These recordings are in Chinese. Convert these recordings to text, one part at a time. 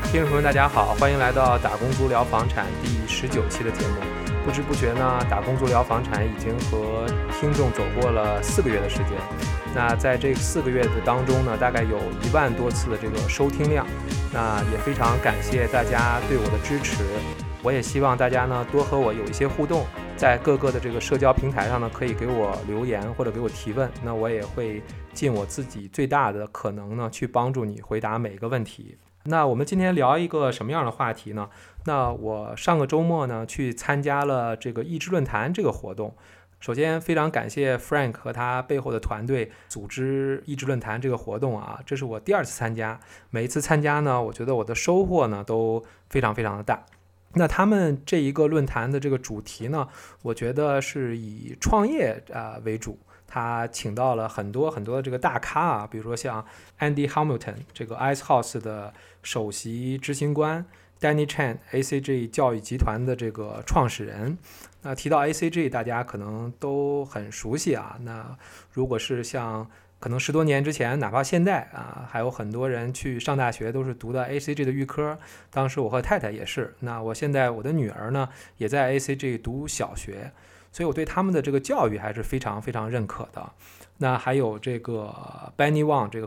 听众朋友大家好，欢迎来到打工族聊房产第19期的节目。不知不觉呢，打工族聊房产已经和听众走过了4个月的时间。那在这4个月的当中呢，大概有1万多次的这个收听量。那也非常感谢大家对我的支持，我也希望大家呢多和我有一些互动，在各个的这个社交平台上呢可以给我留言或者给我提问，那我也会尽我自己最大的可能呢去帮助你回答每个问题。那我们今天聊一个什么样的话题呢？那我上个周末呢去参加了这个益智论坛这个活动。首先非常感谢 Frank 和他背后的团队组织益智论坛这个活动啊，这是我第2次参加。每一次参加呢，我觉得我的收获呢都非常非常的大。那他们这一个论坛的这个主题呢，我觉得是以创业为主。他请到了很多很多的这个大咖啊，比如说像 Andy Hamilton 这个 Icehouse 的首席执行官， Danny Chan ACG 教育集团的这个创始人。那提到 ACG 大家可能都很熟悉啊，那如果是像可能10多年之前，哪怕现在啊，还有很多人去上大学都是读的 ACG 的预科。当时我和太太也是，那我现在我的女儿呢也在 ACG 读小学，所以我对他们的这个教育还是非常非常认可的。那还有这个 Benny Wang 这个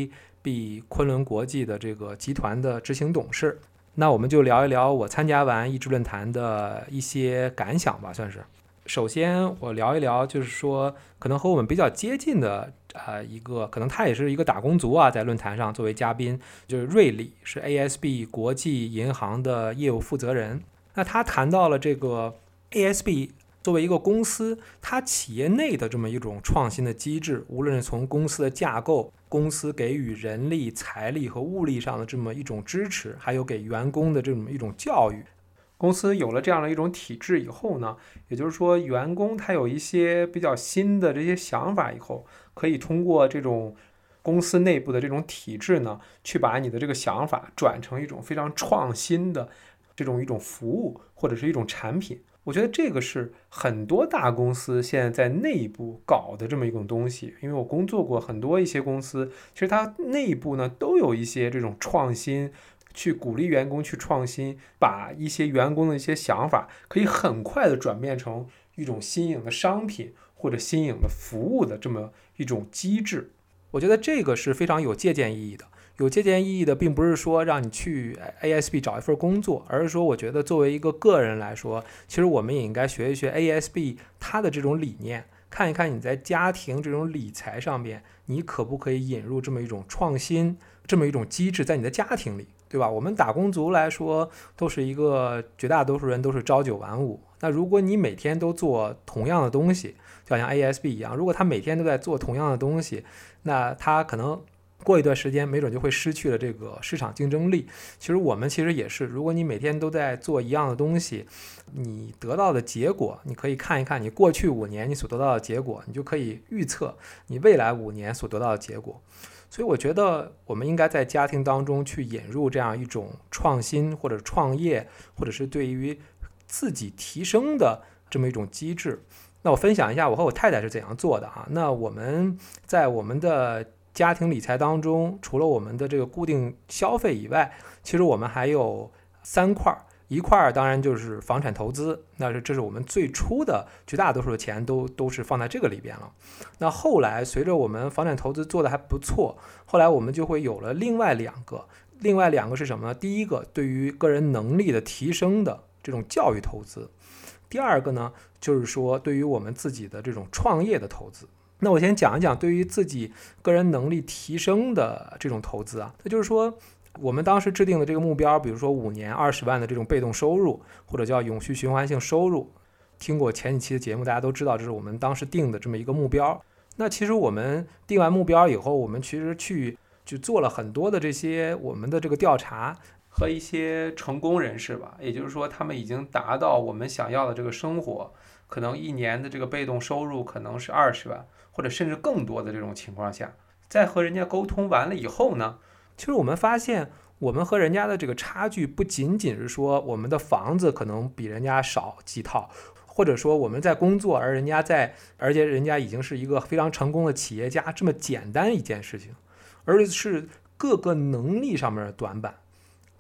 KVB 昆仑国际的这个集团的执行董事。那我们就聊一聊我参加完益智论坛的一些感想吧，算是。首先我聊一聊就是说可能和我们比较接近的一个，可能他也是一个打工族啊，在论坛上作为嘉宾，就是瑞里，是 ASB 国际银行的业务负责人。那他谈到了这个 ASB作为一个公司，它企业内的这么一种创新的机制，无论是从公司的架构，公司给予人力、财力和物力上的这么一种支持，还有给员工的这么一种教育。公司有了这样的一种体制以后呢，也就是说员工他有一些比较新的这些想法以后，可以通过这种公司内部的这种体制呢，去把你的这个想法转成一种非常创新的这种一种服务或者是一种产品。我觉得这个是很多大公司现在在内部搞的这么一种东西，因为我工作过很多一些公司，其实它内部呢都有一些这种创新，去鼓励员工去创新，把一些员工的一些想法可以很快的转变成一种新颖的商品或者新颖的服务的这么一种机制。我觉得这个是非常有借鉴意义的。有借鉴意义的并不是说让你去 ASB 找一份工作，而是说我觉得作为一个个人来说，其实我们也应该学一学 ASB 它的这种理念，看一看你在家庭这种理财上面，你可不可以引入这么一种创新，这么一种机制在你的家庭里，对吧？我们打工族来说，都是一个绝大多数人都是朝9晚5。那如果你每天都做同样的东西，就好像 ASB 一样，如果他每天都在做同样的东西，那他可能过一段时间没准就会失去了这个市场竞争力。其实我们也是，如果你每天都在做一样的东西，你得到的结果，你可以看一看你过去5年你所得到的结果，你就可以预测你未来5年所得到的结果。所以我觉得我们应该在家庭当中去引入这样一种创新或者创业，或者是对于自己提升的这么一种机制。那我分享一下我和我太太是怎样做的啊。那我们在我们的家庭理财当中，除了我们的这个固定消费以外，其实我们还有3块。一块当然就是房产投资，那这是我们最初的绝大多数的钱都是放在这个里边了。那后来随着我们房产投资做的还不错，后来我们就会有了另外2个是什么呢？第一个对于个人能力的提升的这种教育投资，第2个呢就是说对于我们自己的这种创业的投资。那我先讲一讲对于自己个人能力提升的这种投资啊，那就是说我们当时制定的这个目标，比如说5年20万的这种被动收入，或者叫永续循环性收入。听过前几期的节目大家都知道，这是我们当时定的这么一个目标。那其实我们定完目标以后，我们其实就做了很多的这些我们的这个调查，和一些成功人士吧，也就是说他们已经达到我们想要的这个生活，可能1年的这个被动收入可能是20万或者甚至更多的这种情况下，在和人家沟通完了以后呢，其实我们发现我们和人家的这个差距不仅仅是说我们的房子可能比人家少几套，或者说我们在工作而且人家已经是一个非常成功的企业家这么简单一件事情，而是各个能力上面的短板。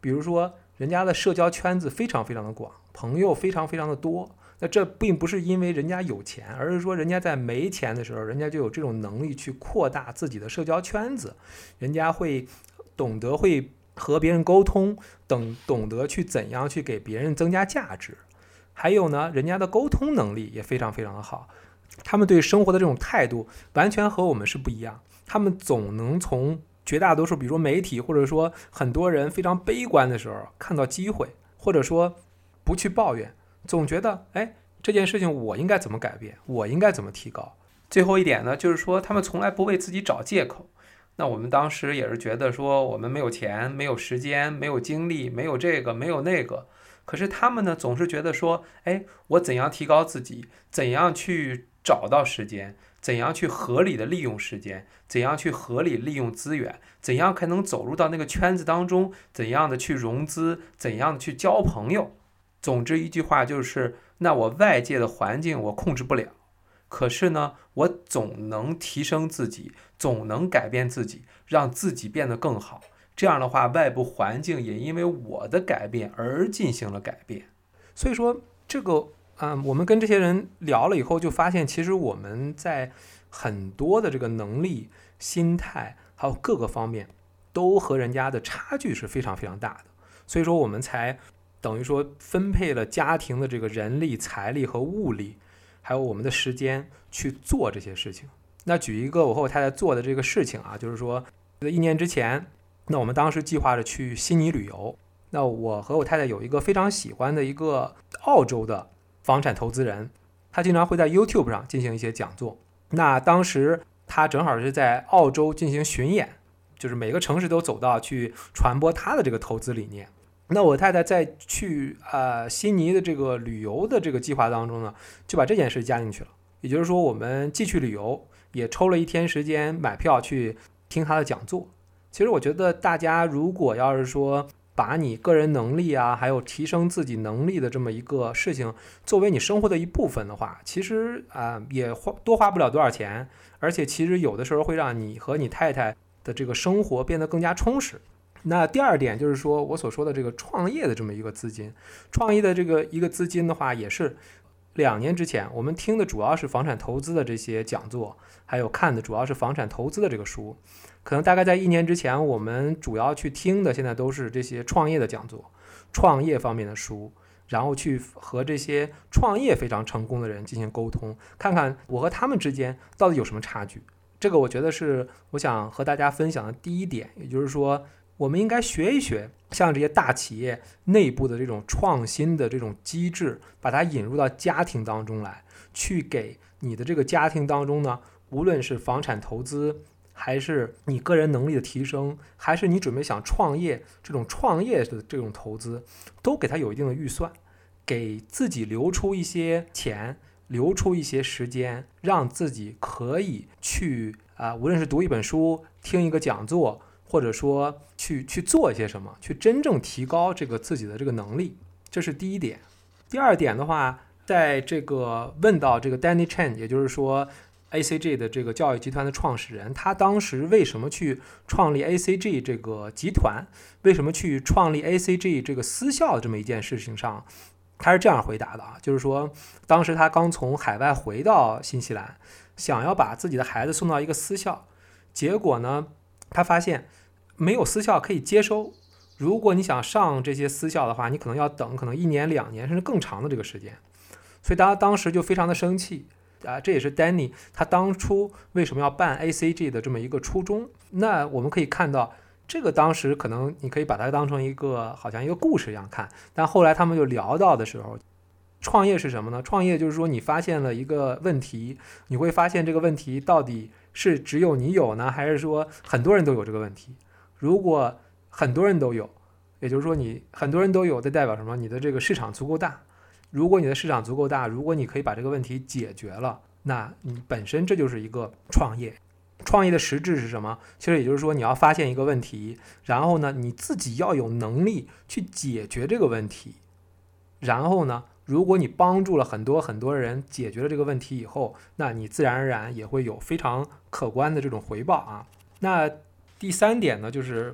比如说人家的社交圈子非常非常的广，朋友非常非常的多，那这并不是因为人家有钱，而是说人家在没钱的时候，人家就有这种能力去扩大自己的社交圈子，人家会懂得会和别人沟通，懂得去怎样去给别人增加价值。还有呢，人家的沟通能力也非常非常的好，他们对生活的这种态度完全和我们是不一样，他们总能从绝大多数比如说媒体或者说很多人非常悲观的时候看到机会，或者说不去抱怨，总觉得这件事情我应该怎么改变，我应该怎么提高。最后一点呢，就是说他们从来不为自己找借口。那我们当时也是觉得说我们没有钱，没有时间，没有精力，没有这个没有那个，可是他们呢总是觉得说我怎样提高自己，怎样去找到时间，怎样去合理的利用时间，怎样去合理利用资源，怎样才能走入到那个圈子当中，怎样的去融资，怎样的去交朋友。总之一句话就是，那我外界的环境我控制不了，可是呢我总能提升自己，总能改变自己，让自己变得更好。这样的话，外部环境也因为我的改变而进行了改变。所以说这个我们跟这些人聊了以后，就发现其实我们在很多的这个能力、心态还有各个方面都和人家的差距是非常非常大的。所以说我们才等于说分配了家庭的这个人力、财力和物力，还有我们的时间去做这些事情。那举一个我和我太太做的这个事情啊，就是说1年之前，那我们当时计划着去悉尼旅游。那我和我太太有一个非常喜欢的一个澳洲的房产投资人，他经常会在 YouTube 上进行一些讲座。那当时他正好是在澳洲进行巡演，就是每个城市都走到去传播他的这个投资理念。那我太太在去悉尼的这个旅游的这个计划当中呢，就把这件事加进去了。也就是说，我们既去旅游，也抽了1天时间买票去听他的讲座。其实我觉得大家如果要是说把你个人能力啊，还有提升自己能力的这么一个事情作为你生活的一部分的话，其实也多花不了多少钱，而且其实有的时候会让你和你太太的这个生活变得更加充实。那第二点就是说我所说的这个创业的这么一个资金，创业的这个一个资金的话，也是2年之前我们听的主要是房产投资的这些讲座，还有看的主要是房产投资的这个书。可能大概在1年之前，我们主要去听的现在都是这些创业的讲座，创业方面的书，然后去和这些创业非常成功的人进行沟通，看看我和他们之间到底有什么差距。这个我觉得是我想和大家分享的第一点，也就是说我们应该学一学像这些大企业内部的这种创新的这种机制，把它引入到家庭当中来，去给你的这个家庭当中呢，无论是房产投资，还是你个人能力的提升，还是你准备想创业，这种创业的这种投资，都给它有一定的预算，给自己留出一些钱，留出一些时间，让自己可以去无论是读一本书，听一个讲座，或者说去做一些什么，去真正提高这个自己的这个能力。这是第一点。第二点的话，在这个问到这个 Danny Chen， 也就是说ACG 的这个教育集团的创始人，他当时为什么去创立 ACG 这个集团，为什么去创立 ACG 这个私校这么一件事情上，他是这样回答的就是说当时他刚从海外回到新西兰，想要把自己的孩子送到一个私校，结果呢他发现没有私校可以接收，如果你想上这些私校的话，你可能要等可能1年2年甚至更长的这个时间，所以他当时就非常的生气这也是 Danny 他当初为什么要办 ACG 的这么一个初衷。那我们可以看到这个当时可能你可以把它当成一个好像一个故事一样看，但后来他们就聊到的时候，创业是什么呢？创业就是说你发现了一个问题，你会发现这个问题到底是只有你有呢，还是说很多人都有这个问题。如果很多人都有，也就是说你很多人都有，这代表什么？你的这个市场足够大。如果你的市场足够大，如果你可以把这个问题解决了，那你本身这就是一个创业。创业的实质是什么？其实也就是说你要发现一个问题，然后呢你自己要有能力去解决这个问题，然后呢如果你帮助了很多人解决了这个问题以后，那你自然而然也会有非常可观的这种回报那第三点呢，就是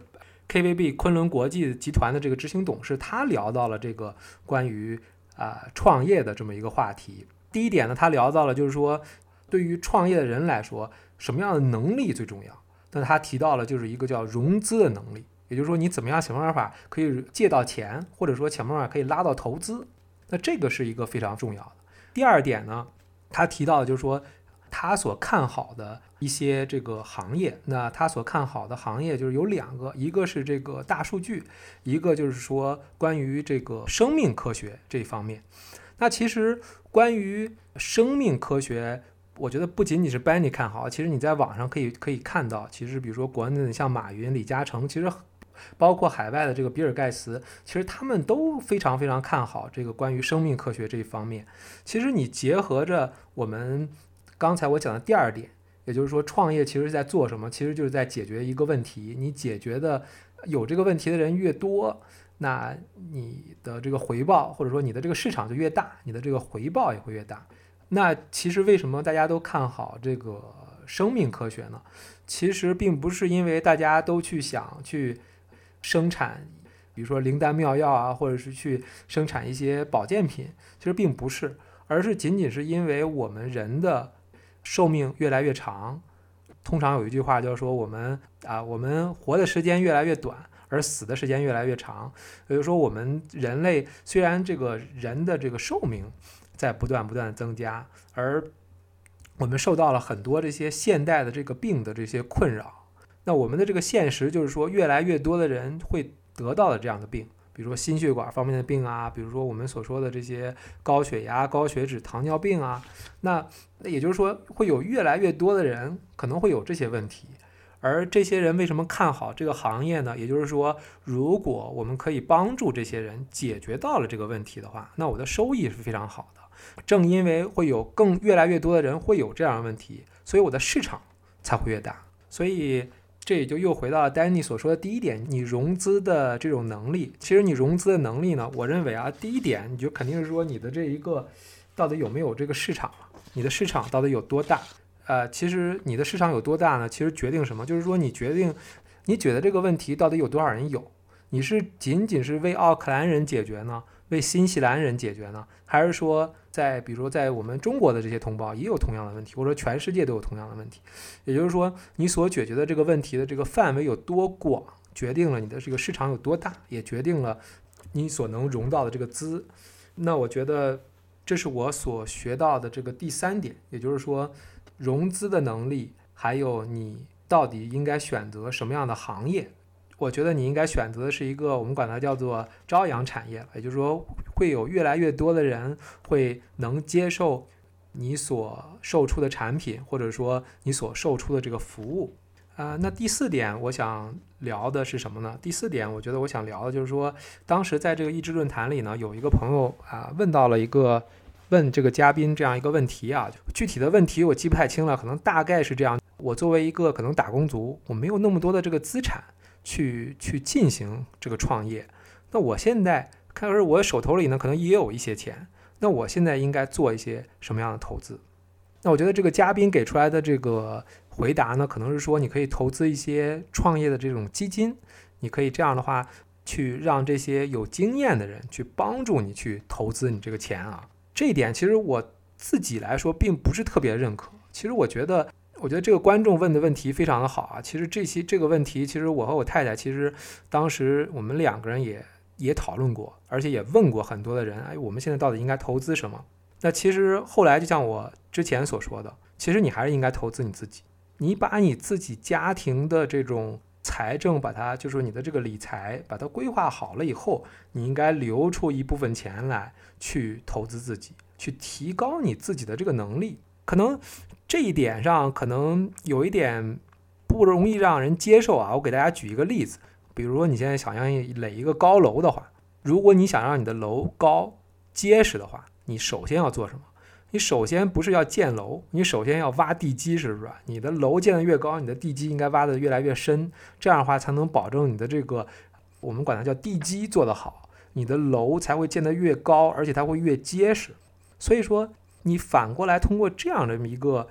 KVB 昆仑国际集团的这个执行董事，他聊到了这个关于创业的这么一个话题。第一点呢，他聊到了就是说，对于创业的人来说，什么样的能力最重要？那他提到了就是一个叫融资的能力，也就是说你怎么样想办法可以借到钱，或者说想办法可以拉到投资。那这个是一个非常重要的。第二点呢，他提到的就是说他所看好的一些这个行业，那他所看好的行业就是有2个，一个是这个大数据，一个就是说关于这个生命科学这一方面。那其实关于生命科学，我觉得不仅仅是 Benny 看好，其实你在网上可以看到，其实比如说国内的像马云、李嘉诚，其实包括海外的这个比尔盖茨，其实他们都非常非常看好这个关于生命科学这一方面。其实你结合着我们刚才我讲的第2点，也就是说创业其实在做什么，其实就是在解决一个问题，你解决的有这个问题的人越多，那你的这个回报或者说你的这个市场就越大，你的这个回报也会越大。那其实为什么大家都看好这个生命科学呢？其实并不是因为大家都想去生产比如说灵丹妙药啊，或者是去生产一些保健品，其实并不是，而是仅仅是因为我们人的寿命越来越长。通常有一句话叫说我们活的时间越来越短，而死的时间越来越长。也就是说我们人类虽然这个人的这个寿命在不断的增加，而我们受到了很多这些现代的这个病的这些困扰。那我们的这个现实就是说越来越多的人会得到了这样的病，比如说心血管方面的病啊，比如说我们所说的这些高血压、高血脂、糖尿病啊。那也就是说会有越来越多的人可能会有这些问题。而这些人为什么看好这个行业呢？也就是说如果我们可以帮助这些人解决到了这个问题的话，那我的收益是非常好的。正因为会有越来越多的人会有这样的问题，所以我的市场才会越大。所以这也就又回到了 Danny 所说的第一点，你融资的这种能力。其实你融资的能力呢，我认为第一点你就肯定是说你的这一个到底有没有这个市场，你的市场到底有多大。其实你的市场有多大呢？其实决定什么？就是说你决定你觉得这个问题到底有多少人有，你是仅仅是为奥克兰人解决呢，为新西兰人解决呢，还是说比如说在我们中国的这些同胞也有同样的问题，或者说全世界都有同样的问题。也就是说你所解决的这个问题的这个范围有多广，决定了你的这个市场有多大，也决定了你所能融到的这个资。那我觉得这是我所学到的这个第3点，也就是说融资的能力，还有你到底应该选择什么样的行业。我觉得你应该选择的是一个我们管它叫做朝阳产业，也就是说会有越来越多的人会能接受你所售出的产品，或者说你所售出的这个服务。那第4点我想聊的是什么呢？第4点我觉得我想聊的就是说，当时在这个益智论坛里呢，有一个朋友问这个嘉宾这样一个问题具体的问题我记不太清了，可能大概是这样：我作为一个可能打工族，我没有那么多的这个资产去进行这个创业，那我现在看是我手头里呢可能也有一些钱，那我现在应该做一些什么样的投资？那我觉得这个嘉宾给出来的这个回答呢，可能是说你可以投资一些创业的这种基金，你可以这样的话去让这些有经验的人去帮助你去投资你这个钱这一点其实我自己来说并不是特别认可。其实我觉得这个观众问的问题非常的好其实这个问题其实我和我太太其实当时我们2个人也讨论过，而且也问过很多的人，我们现在到底应该投资什么？那其实后来就像我之前所说的，其实你还是应该投资你自己。你把你自己家庭的这种财政，把它就是你的这个理财把它规划好了以后，你应该留出一部分钱来去投资自己，去提高你自己的这个能力。可能这一点上可能有一点不容易让人接受我给大家举一个例子，比如说你现在想要垒一个高楼的话，如果你想让你的楼高结实的话，你首先要做什么？你首先不是要建楼，你首先要挖地基，是不是？你的楼建得越高，你的地基应该挖得越来越深，这样的话才能保证你的这个我们管它叫地基做得好，你的楼才会建得越高，而且它会越结实。所以说你反过来通过这样的一个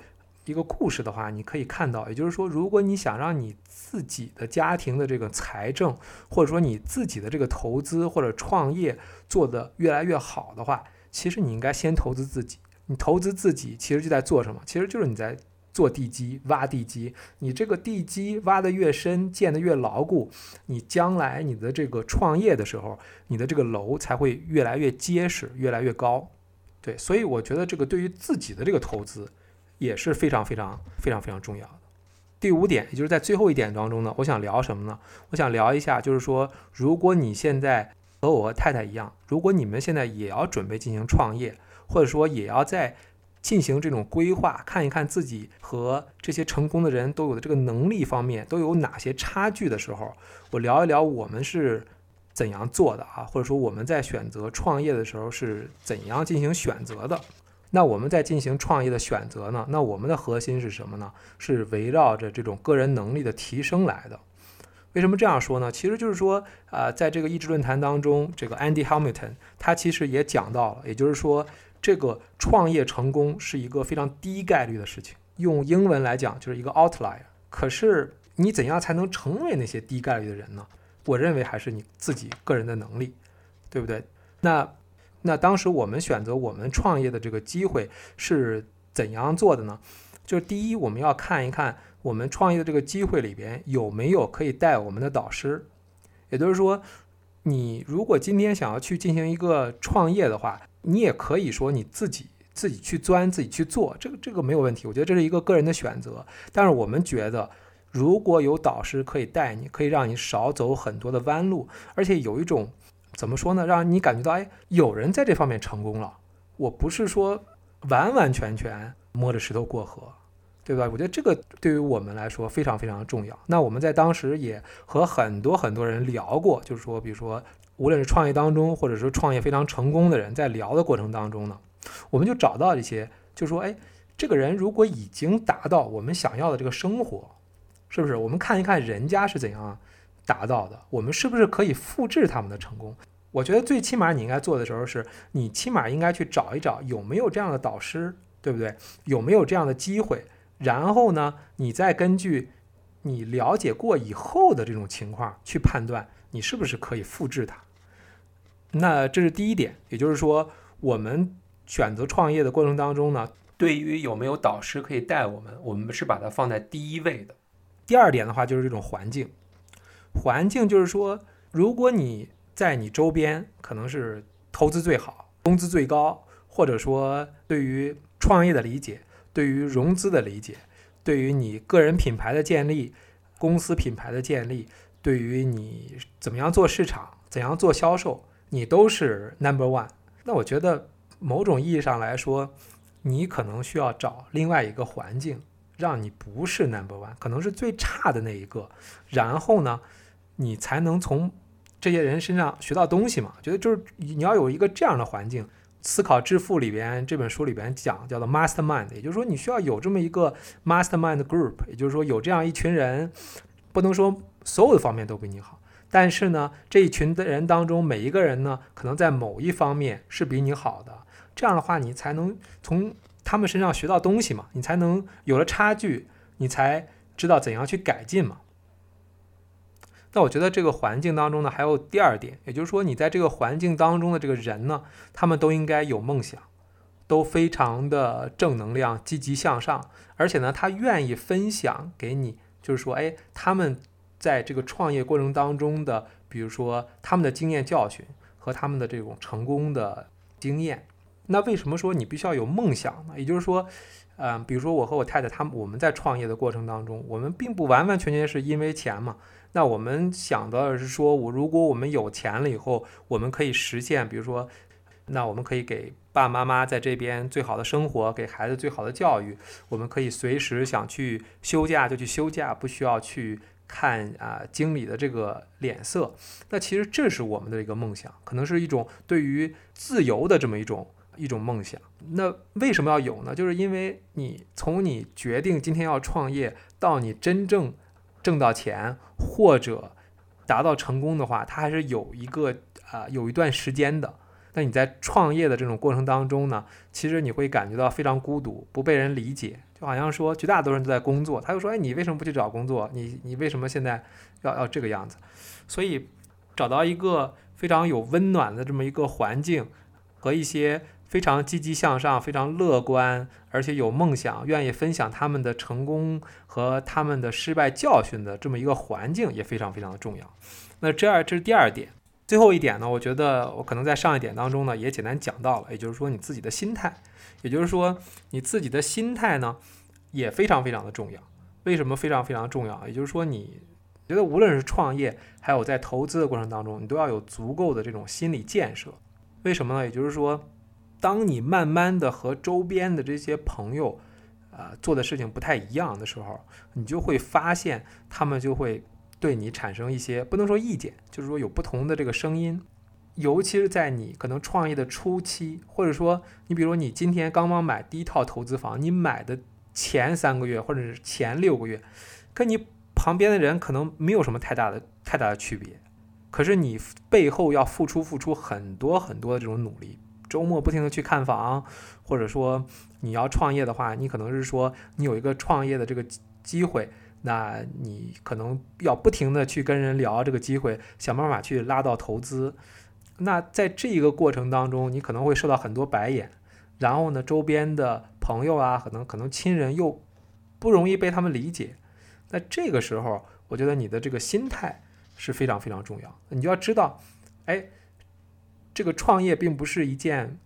一个故事的话，你可以看到，也就是说，如果你想让你自己的家庭的这个财政，或者说你自己的这个投资或者创业做得越来越好的话，其实你应该先投资自己。你投资自己，其实就在做什么？其实就是你在做地基，挖地基。你这个地基挖得越深，建得越牢固，你将来你的这个创业的时候，你的这个楼才会越来越结实，越来越高。对，所以我觉得这个对于自己的这个投资也是非常非常非常非常重要的。第5点，也就是在最后一点当中呢，我想聊什么呢？我想聊一下，就是说，如果你现在和我和太太一样，如果你们现在也要准备进行创业，或者说也要在进行这种规划，看一看自己和这些成功的人都有的这个能力方面都有哪些差距的时候，我聊一聊我们是怎样做的啊，或者说我们在选择创业的时候是怎样进行选择的。那我们在进行创业的选择呢，那我们的核心是什么呢？是围绕着这种个人能力的提升来的。为什么这样说呢？其实就是说，在这个益智论坛当中，这个 Andy Hamilton 他其实也讲到了，也就是说，这个创业成功是一个非常低概率的事情，用英文来讲就是一个 outlier。可是你怎样才能成为那些低概率的人呢？我认为还是你自己个人的能力，对不对？那当时我们选择我们创业的这个机会是怎样做的呢？就是第一，我们要看一看我们创业的这个机会里边有没有可以带我们的导师。也就是说，你如果今天想要去进行一个创业的话，你也可以说你自己去钻，自己去做，这个没有问题。我觉得这是一个个人的选择。但是我们觉得，如果有导师可以带你，可以让你少走很多的弯路，而且有一种怎么说呢，让你感觉到有人在这方面成功了，我不是说完完全全摸着石头过河，对吧？我觉得这个对于我们来说非常非常重要。那我们在当时也和很多人聊过，就是说比如说无论是创业当中或者是创业非常成功的人，在聊的过程当中呢，我们就找到一些，就是说这个人如果已经达到我们想要的这个生活，是不是我们看一看人家是怎样达到的，我们是不是可以复制他们的成功？我觉得最起码你应该做的时候是，你起码应该去找一找有没有这样的导师，对不对？有没有这样的机会？然后呢，你再根据你了解过以后的这种情况去判断你是不是可以复制它。那这是第一点，也就是说我们选择创业的过程当中呢，对于有没有导师可以带我们是把它放在第一位的。第二点的话就是这种环境就是说，如果你在你周边可能是投资最好，工资最高，或者说对于创业的理解，对于融资的理解，对于你个人品牌的建立，公司品牌的建立，对于你怎么样做市场，怎样做销售，你都是 number one。 那我觉得某种意义上来说，你可能需要找另外一个环境，让你不是 number one， 可能是最差的那一个，然后呢你才能从这些人身上学到东西嘛。觉得就是你要有一个这样的环境。思考致富里边这本书里边讲叫做 mastermind， 也就是说你需要有这么一个 mastermind group， 也就是说有这样一群人，不能说所有的方面都比你好，但是呢这一群的人当中每一个人呢可能在某一方面是比你好的，这样的话你才能从他们身上学到东西嘛，你才能有了差距，你才知道怎样去改进嘛。那我觉得这个环境当中呢，还有第二点，也就是说你在这个环境当中的这个人呢，他们都应该有梦想，都非常的正能量，积极向上，而且呢他愿意分享给你，就是说他们在这个创业过程当中的，比如说他们的经验教训和他们的这种成功的经验。那为什么说你必须要有梦想呢？也就是说比如说我和我太太我们在创业的过程当中，我们并不完完全全是因为钱嘛。那我们想的是说，如果我们有钱了以后，我们可以实现，比如说，那我们可以给爸爸妈妈在这边最好的生活，给孩子最好的教育，我们可以随时想去休假就去休假，不需要去看经理的这个脸色。那其实这是我们的一个梦想，可能是一种对于自由的这么一种梦想。那为什么要有呢？就是因为从你决定今天要创业到你真正挣到钱或者达到成功的话，它还是有一段时间的。那你在创业的这种过程当中呢，其实你会感觉到非常孤独，不被人理解， 就好像说绝大多数人都在工作，他就说，哎，你为什么不去找工作？你为什么现在要这个样子？所以找到一个非常有温暖的这么一个环境，和一些非常积极向上、非常乐观，而且有梦想、愿意分享他们的成功和他们的失败教训的这么一个环境也非常非常的重要。那这是第二点。最后一点呢，我觉得我可能在上一点当中呢也简单讲到了，也就是说你自己的心态，也就是说你自己的心态呢也非常非常的重要。为什么非常非常重要？也就是说你觉得无论是创业还有在投资的过程当中，你都要有足够的这种心理建设。为什么呢？也就是说当你慢慢的和周边的这些朋友做的事情不太一样的时候，你就会发现他们就会对你产生一些，不能说意见，就是说有不同的这个声音。尤其是在你可能创业的初期，或者说你比如你今天刚刚买第一套投资房，你买的前3个月或者是前6个月，跟你旁边的人可能没有什么太大的区别，可是你背后要付出很多很多的这种努力，周末不停的去看房，或者说你要创业的话，你可能是说你有一个创业的这个机会，那你可能要不停的去跟人聊这个机会，想办法去拉到投资。那在这一个过程当中，你可能会受到很多白眼，然后呢，周边的朋友啊，可能亲人又不容易被他们理解。那这个时候，我觉得你的这个心态是非常非常重要。你就要知道，哎，这个创业并不是一件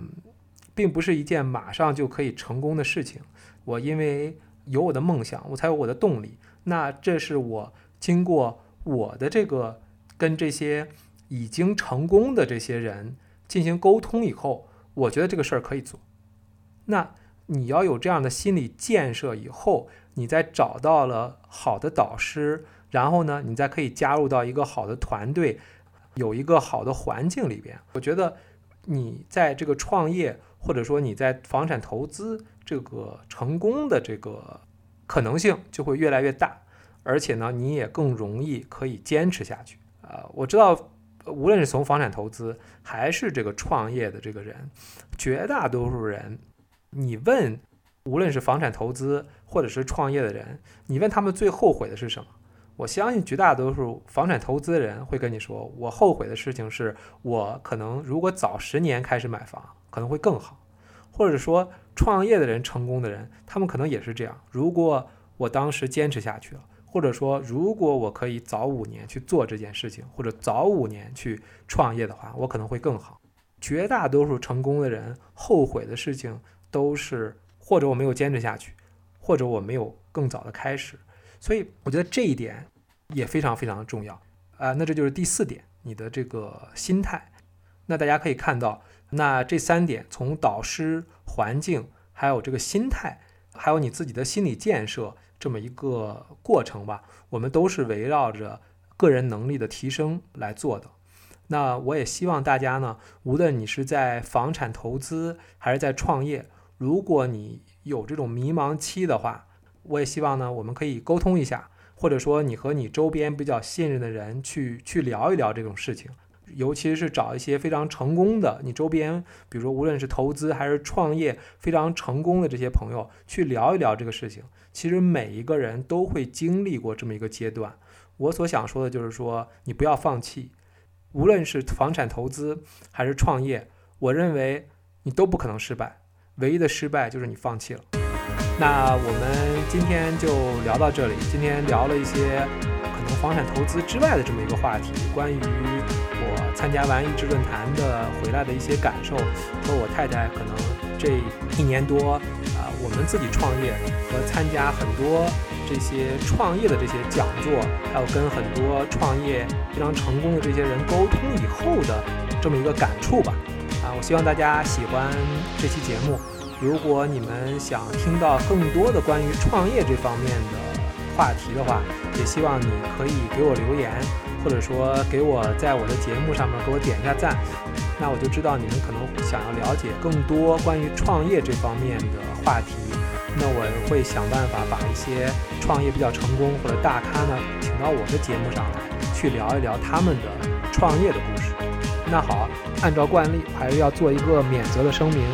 马上就可以成功的事情。我因为有我的梦想，我才有我的动力。那这是我经过我的这个跟这些已经成功的这些人进行沟通以后，我觉得这个事儿可以做。那你要有这样的心理建设以后，你再找到了好的导师，然后呢，你再可以加入到一个好的团队，有一个好的环境里边。我觉得你在这个创业，或者说你在房产投资这个成功的这个可能性就会越来越大，而且呢，你也更容易可以坚持下去。我知道无论是从房产投资还是这个创业的这个人，绝大多数人，你问无论是房产投资或者是创业的人，你问他们最后悔的是什么？我相信绝大多数房产投资的人会跟你说，我后悔的事情是我可能如果早10年开始买房可能会更好。或者说创业的人，成功的人，他们可能也是这样，如果我当时坚持下去了，或者说如果我可以早5年去做这件事情，或者早5年去创业的话，我可能会更好。绝大多数成功的人后悔的事情都是或者我没有坚持下去，或者我没有更早的开始。所以我觉得这一点也非常非常的重要。那这就是第4点，你的这个心态。那大家可以看到，那这3点，从导师、环境，还有这个心态，还有你自己的心理建设这么一个过程吧，我们都是围绕着个人能力的提升来做的。那我也希望大家呢，无论你是在房产投资还是在创业，如果你有这种迷茫期的话，我也希望呢，我们可以沟通一下，或者说你和你周边比较信任的人去聊一聊这种事情。尤其是找一些非常成功的，你周边比如说无论是投资还是创业非常成功的这些朋友去聊一聊这个事情。其实每一个人都会经历过这么一个阶段。我所想说的就是说，你不要放弃，无论是房产投资还是创业，我认为你都不可能失败，唯一的失败就是你放弃了。那我们今天就聊到这里，今天聊了一些可能房产投资之外的这么一个话题，关于我参加完益智论坛的回来的一些感受，和我太太可能这1年多我们自己创业和参加很多这些创业的这些讲座，还有跟很多创业非常成功的这些人沟通以后的这么一个感触吧。我希望大家喜欢这期节目。如果你们想听到更多的关于创业这方面的话题的话，也希望你可以给我留言，或者说给我在我的节目上面给我点一下赞，那我就知道你们可能想要了解更多关于创业这方面的话题。那我会想办法把一些创业比较成功或者大咖呢请到我的节目上来，去聊一聊他们的创业的故事。那好，按照惯例还是要做一个免责的声明。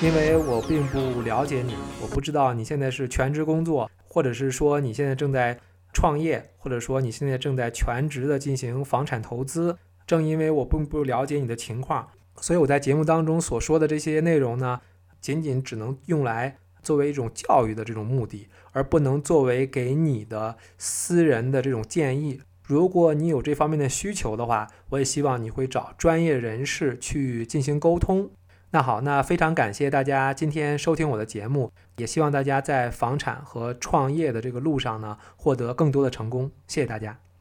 因为我并不了解你，我不知道你现在是全职工作，或者是说你现在正在创业，或者说你现在正在全职的进行房产投资。正因为我并不了解你的情况，所以我在节目当中所说的这些内容呢，仅仅只能用来作为一种教育的这种目的，而不能作为给你的私人的这种建议。如果你有这方面的需求的话，我也希望你会找专业人士去进行沟通。那好，那非常感谢大家今天收听我的节目，也希望大家在房产和创业的这个路上呢，获得更多的成功。谢谢大家。